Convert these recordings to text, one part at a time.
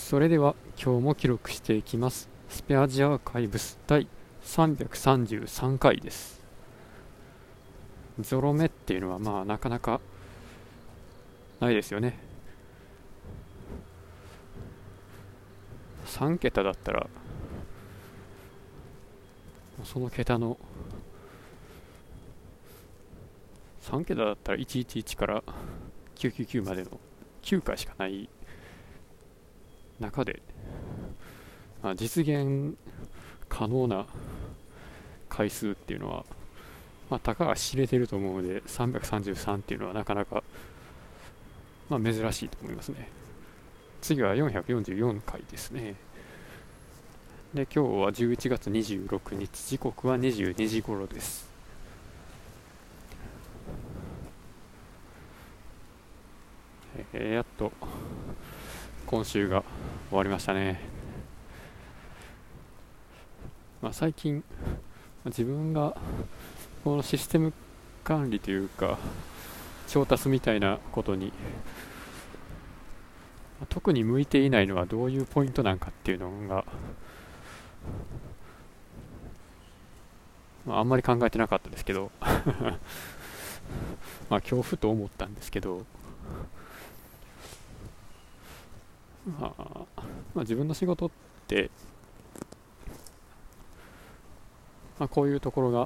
それでは今日も記録していきます。スペアジアーカイブス第333回です。ゾロ目っていうのはなかなかないですよね。3桁だったらその桁の3桁だったら111から999までの9回しかない中で、実現可能な回数っていうのは、たかが知れてると思うので、333っていうのはなかなか、珍しいと思いますね。次は444回ですね。で、今日は11月26日、時刻は22時頃です。やっと今週が終わりましたね。最近自分がこのシステム管理というか調達みたいなことに特に向いていないのはどういうポイントなんかっていうのが、あんまり考えてなかったですけど今日ふと思ったんですけど、自分の仕事って、こういうところが、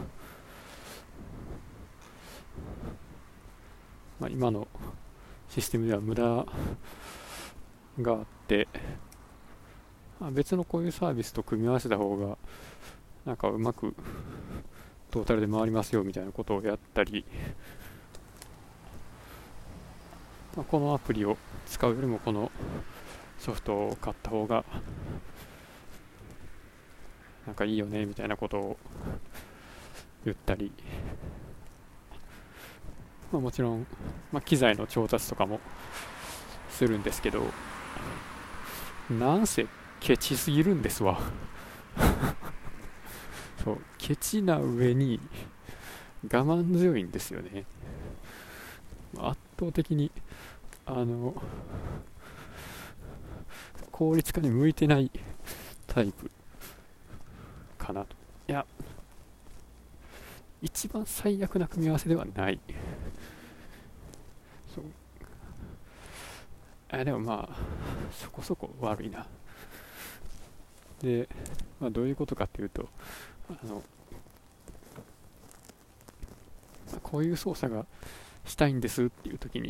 今のシステムでは無駄があって、別のこういうサービスと組み合わせた方がなんかうまくトータルで回りますよみたいなことをやったり、このアプリを使うよりもこのソフトを買った方がなんかいいよねみたいなことを言ったり、もちろん、機材の調達とかもするんですけど、なんせケチすぎるんですわそうケチな上に我慢強いんですよね。圧倒的に効率化に向いてないタイプかなと。いや、一番最悪な組み合わせではない。でもそこそこ悪いな。で、どういうことかっていうと、こういう操作がしたいんですっていう時に、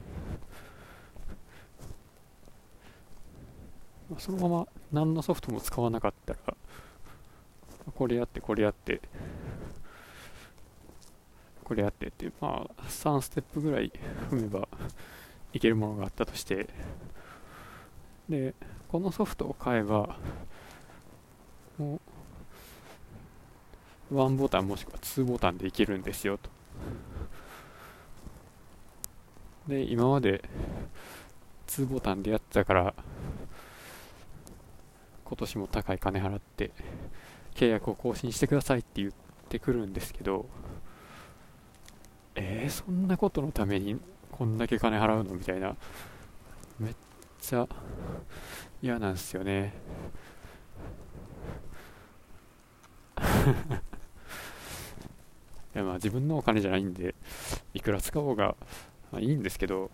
そのまま何のソフトも使わなかったら、これやってこれやってこれやってって3ステップぐらい踏めばいけるものがあったとして、でこのソフトを買えばもう1ボタンもしくは2ボタンでいけるんですよと。で今まで2ボタンでやってたから今年も高い金払って契約を更新してくださいって言ってくるんですけど、そんなことのためにこんだけ金払うのみたいな、めっちゃ嫌なんですよねいや自分のお金じゃないんでいくら使おうがいいんですけど、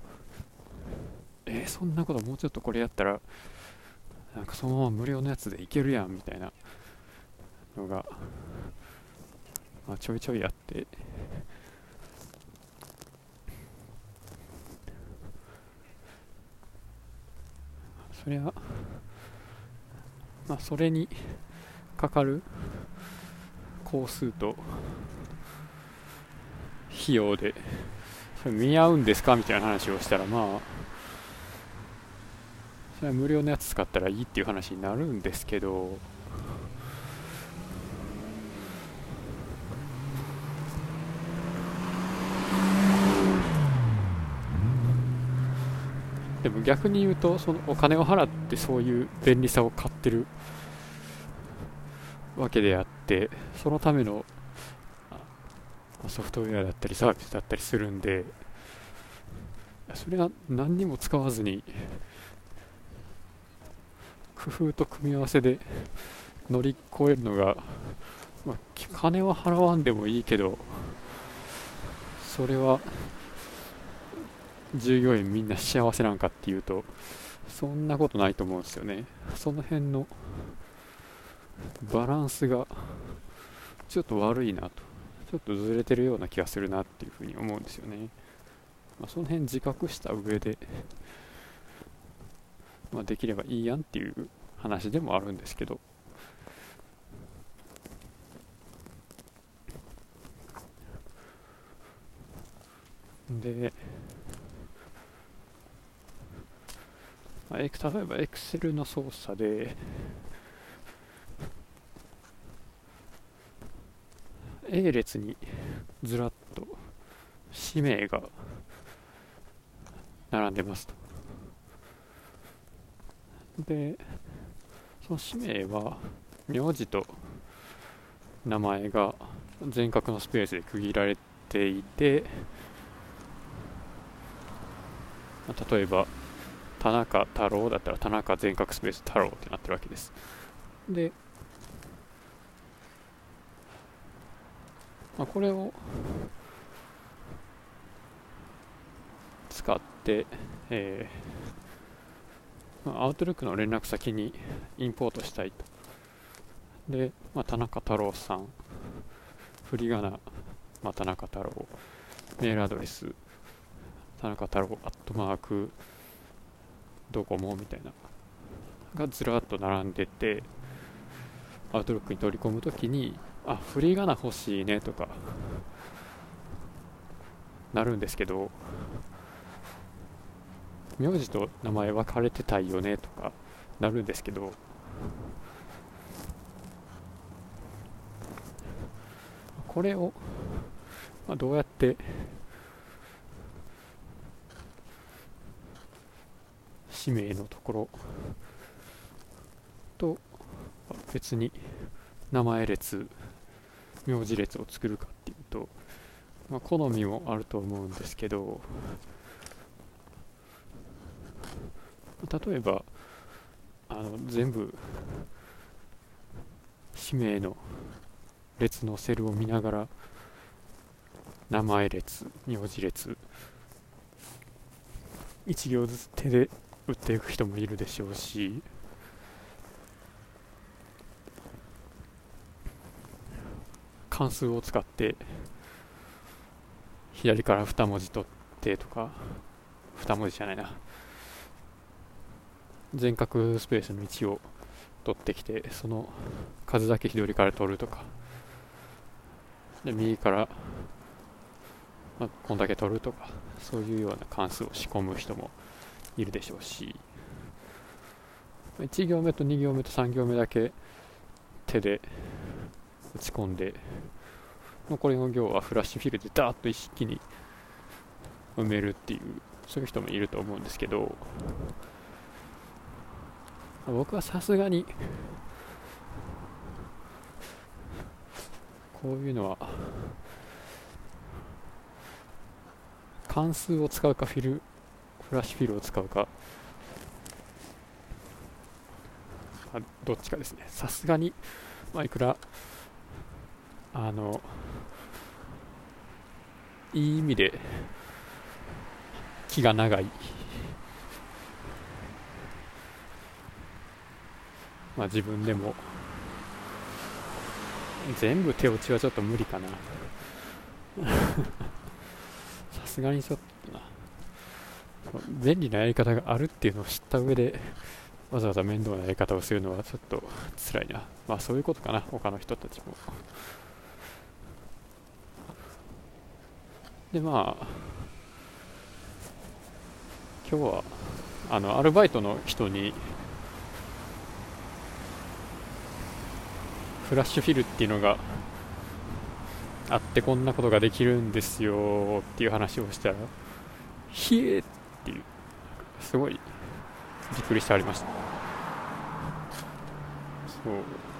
そんなこともうちょっとこれやったらなんかそのまま無料のやつでいけるやんみたいなのが、ちょいちょいあって、そりゃそれにかかる工数と費用でそれ見合うんですかみたいな話をしたら、それは無料のやつ使ったらいいっていう話になるんですけど、でも逆に言うとそのお金を払ってそういう便利さを買ってるわけであって、そのためのソフトウェアだったりサービスだったりするんで、それは何にも使わずに工夫と組み合わせで乗り越えるのが、金は払わんでもいいけど、それは従業員みんな幸せなんかっていうと、そんなことないと思うんですよね。その辺のバランスがちょっと悪いなと、ちょっとずれてるような気がするなっていうふうに思うんですよね。その辺自覚した上で、できればいいやんっていう話でもあるんですけど、で、例えば Excel の操作でA 列にずらっと氏名が並んでますと。で、その氏名は名字と名前が全角のスペースで区切られていて、例えば田中太郎だったら田中全角スペース太郎ってなってるわけです。で、これを使って、アウトルックの連絡先にインポートしたいと。で、田中太郎さん、振り仮名、田中太郎、メールアドレス、田中太郎@ドコモみたいながずらっと並んでて、アウトロックに取り込むときに、振り仮名欲しいねとかなるんですけど、名字と名前分かれてたいよねとかなるんですけど、これを、どうやって氏名のところと別に名前列、名字列を作るかっていうと、好みもあると思うんですけど、例えば全部氏名の列のセルを見ながら名前列、名字列1行ずつ手で打っていく人もいるでしょうし、関数を使って左から2文字取ってとか、2文字じゃないな、全角スペースの位置を取ってきて、その数だけ左から取るとかで、右から、こんだけ取るとか、そういうような関数を仕込む人もいるでしょうし、1行目と2行目と3行目だけ手で打ち込んで、残りの行はフラッシュフィルでダーッと一気に埋めるっていう、そういう人もいると思うんですけど、僕はさすがにこういうのは関数を使うかフラッシュフィルを使うか、どっちかですね。さすがに、いくらいい意味で気が長い、自分でも全部手落ちはちょっと無理かなさすがにちょっとな、便利なやり方があるっていうのを知った上でわざわざ面倒なやり方をするのはちょっと辛いな。そういうことかな、他の人たちも。で、今日はアルバイトの人にフラッシュフィルっていうのがあって、こんなことができるんですよっていう話をしたら、ひえっていう、すごいびっくりしてありました。そう、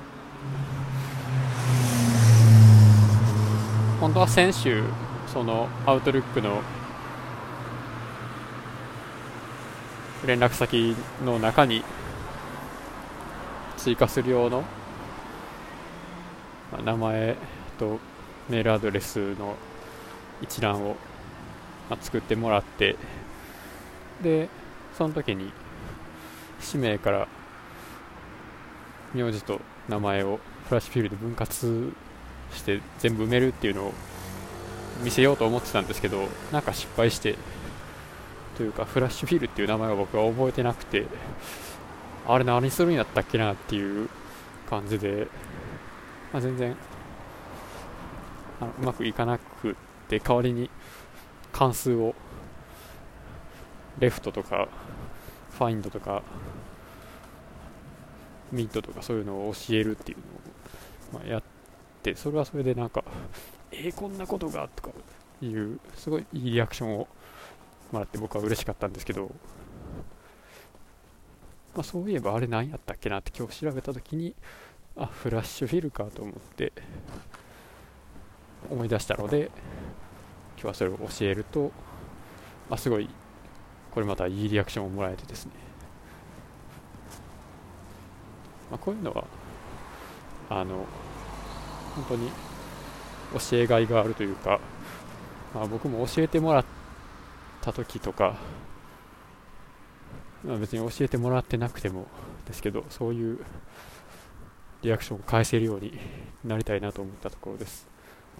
本当は先週そのアウトルックの連絡先の中に追加する用の、名前とメールアドレスの一覧を、作ってもらって、でその時に氏名から名字と名前をフラッシュフィルで分割して全部埋めるっていうのを見せようと思ってたんですけど、なんか失敗して、というかフラッシュフィルっていう名前を僕は覚えてなくて、あれ何するんやったっけなっていう感じで、全然うまくいかなくて、代わりに関数をレフトとかファインドとかミッドとかそういうのを教えるっていうのをやって、それはそれでなんかこんなことがとかいうすごいいいリアクションをもらって、僕は嬉しかったんですけど、そういえばあれ何やったっけなって今日調べた時に、フラッシュフィルかと思って思い出したので、今日はそれを教えると、すごいこれまたいいリアクションをもらえてですね、こういうのは本当に教えがいがあるというか、僕も教えてもらった時とか、別に教えてもらってなくてもですけど、そういうリアクションを返せるようになりたいなと思ったところです。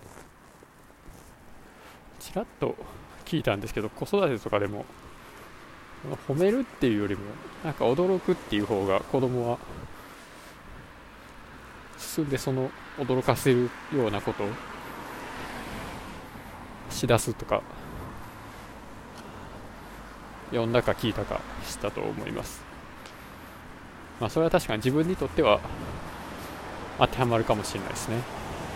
ちらっと聞いたんですけど、子育てとかでも褒めるっていうよりもなんか驚くっていう方が子供は進んで、その驚かせるようなことをしだすとか、読んだか聞いたかしたと思います。それは確かに自分にとっては当てはまるかもしれないですね。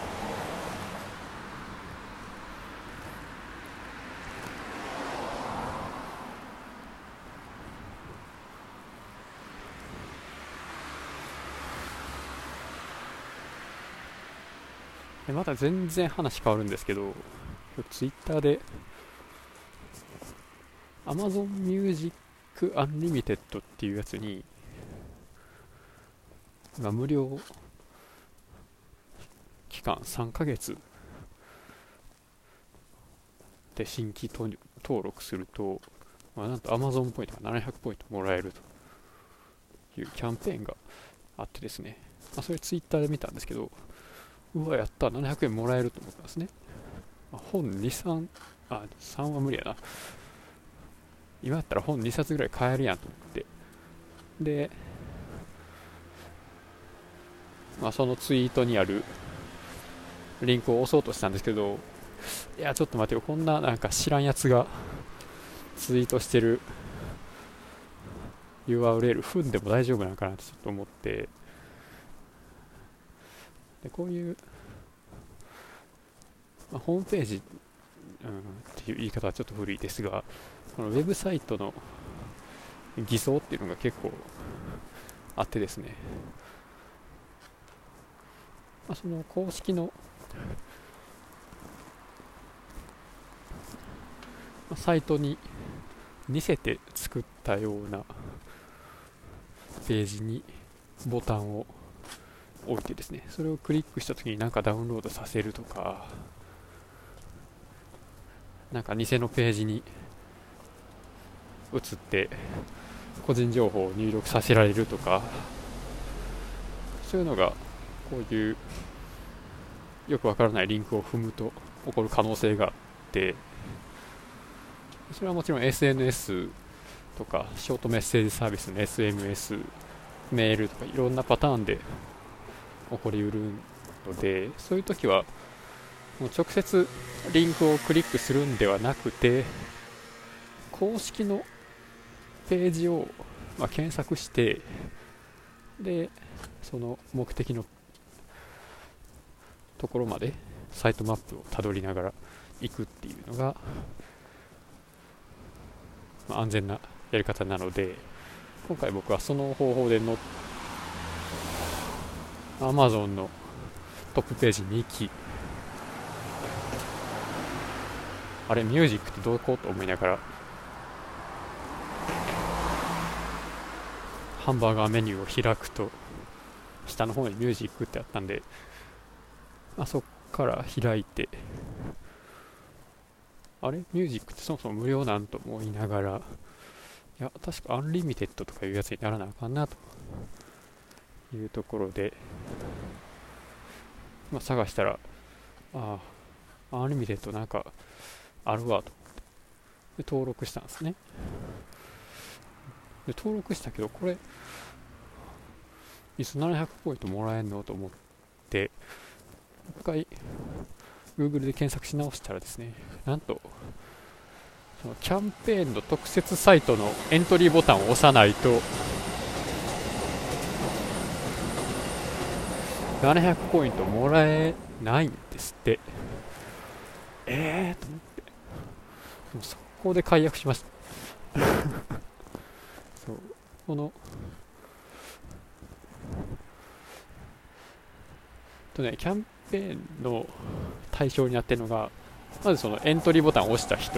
また全然話変わるんですけど、ツイッターで Amazon Music Unlimited っていうやつに、無料期間3ヶ月で新規登録すると、なんと Amazon ポイントが700ポイントもらえるというキャンペーンがあってですね、それツイッターで見たんですけど、うわやった700円もらえると思ったんですね。本2、3は無理やな、今やったら本2冊ぐらい買えるやんと思って、で、そのツイートにあるリンクを押そうとしたんですけど、いやちょっと待てよ、こんななんか知らんやつがツイートしてる URL 踏んでも大丈夫なのかなってちょっと思って、でこういう、ホームページ、っていう言い方はちょっと古いですが、このウェブサイトの偽装っていうのが結構あってですね、その公式のサイトに似せて作ったようなページにボタンを置いてですね、それをクリックした時になんかダウンロードさせるとか、なんか偽のページに移って個人情報を入力させられるとか、そういうのがこういうよくわからないリンクを踏むと起こる可能性があって、それはもちろん SNS とかショートメッセージサービスの SMS、メールとかいろんなパターンで起こりうるので、そういう時はもう直接リンクをクリックするんではなくて、公式のページを検索して、でその目的のところまでサイトマップをたどりながら行くっていうのが、安全なやり方なので、今回僕はその方法でAmazon のトップページに行き、あれミュージックってどこと思いながらハンバーガーメニューを開くと、 下の方にミュージックってあったんで、そっから開いて、あれミュージックってそもそも無料なんと思いながら、いや確かアンリミテッドとかいうやつにならなあかんなというところで、探したら、アンリミテッドなんかあるわと。で登録したんですね。で登録したけど、これいつ700ポイントもらえんのと思って、一回 Google で検索し直したらですね、なんとそのキャンペーンの特設サイトのエントリーボタンを押さないと700ポイントもらえないんですって。と思って、もう速攻で解約しました。そう、このキャンペーンの対象になっているのが、まずそのエントリーボタンを押した人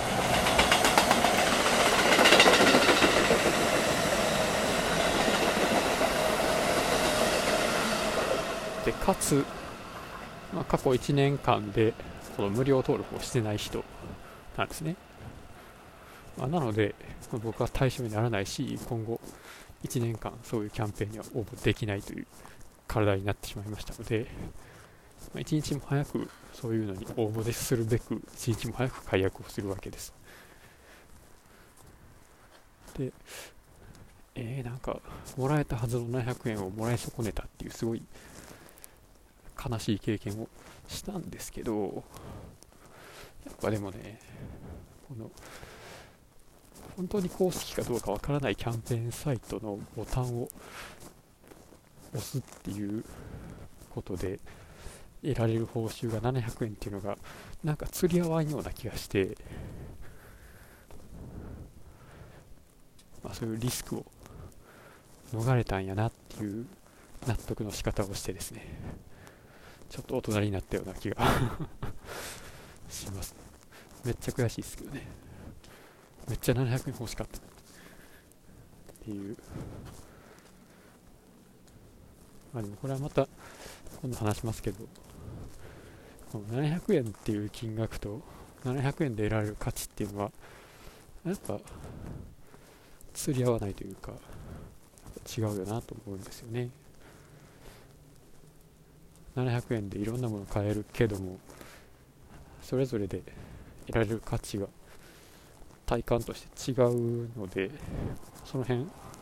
で、かつ、過去1年間でこの無料登録をしてない人なんですね。なので、僕は対象にならないし、今後1年間そういうキャンペーンには応募できないという体になってしまいましたので、一日も早くそういうのに応募するべく、一日も早く解約をするわけです。で、なんかもらえたはずの700円をもらい損ねたっていうすごい悲しい経験をしたんですけど、やっぱでもね、この本当に公式かどうかわからないキャンペーンサイトのボタンを押すっていうことで得られる報酬が700円っていうのがなんか釣り合わんような気がして、そういうリスクを逃れたんやなっていう納得の仕方をしてですね、ちょっと大人になったような気がします。めっちゃ悔しいですけどね。めっちゃ700円欲しかったっていう。でもこれはまた今度話しますけど、この700円っていう金額と700円で得られる価値っていうのはやっぱ釣り合わないというか、違うよなと思うんですよね。700円でいろんなもの買えるけども、それぞれで得られる価値が体感として違うので、その辺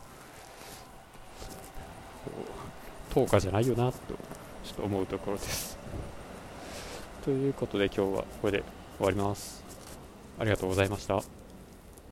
等価じゃないよなとちょっと思うところです。ということで今日はこれで終わります。ありがとうございました。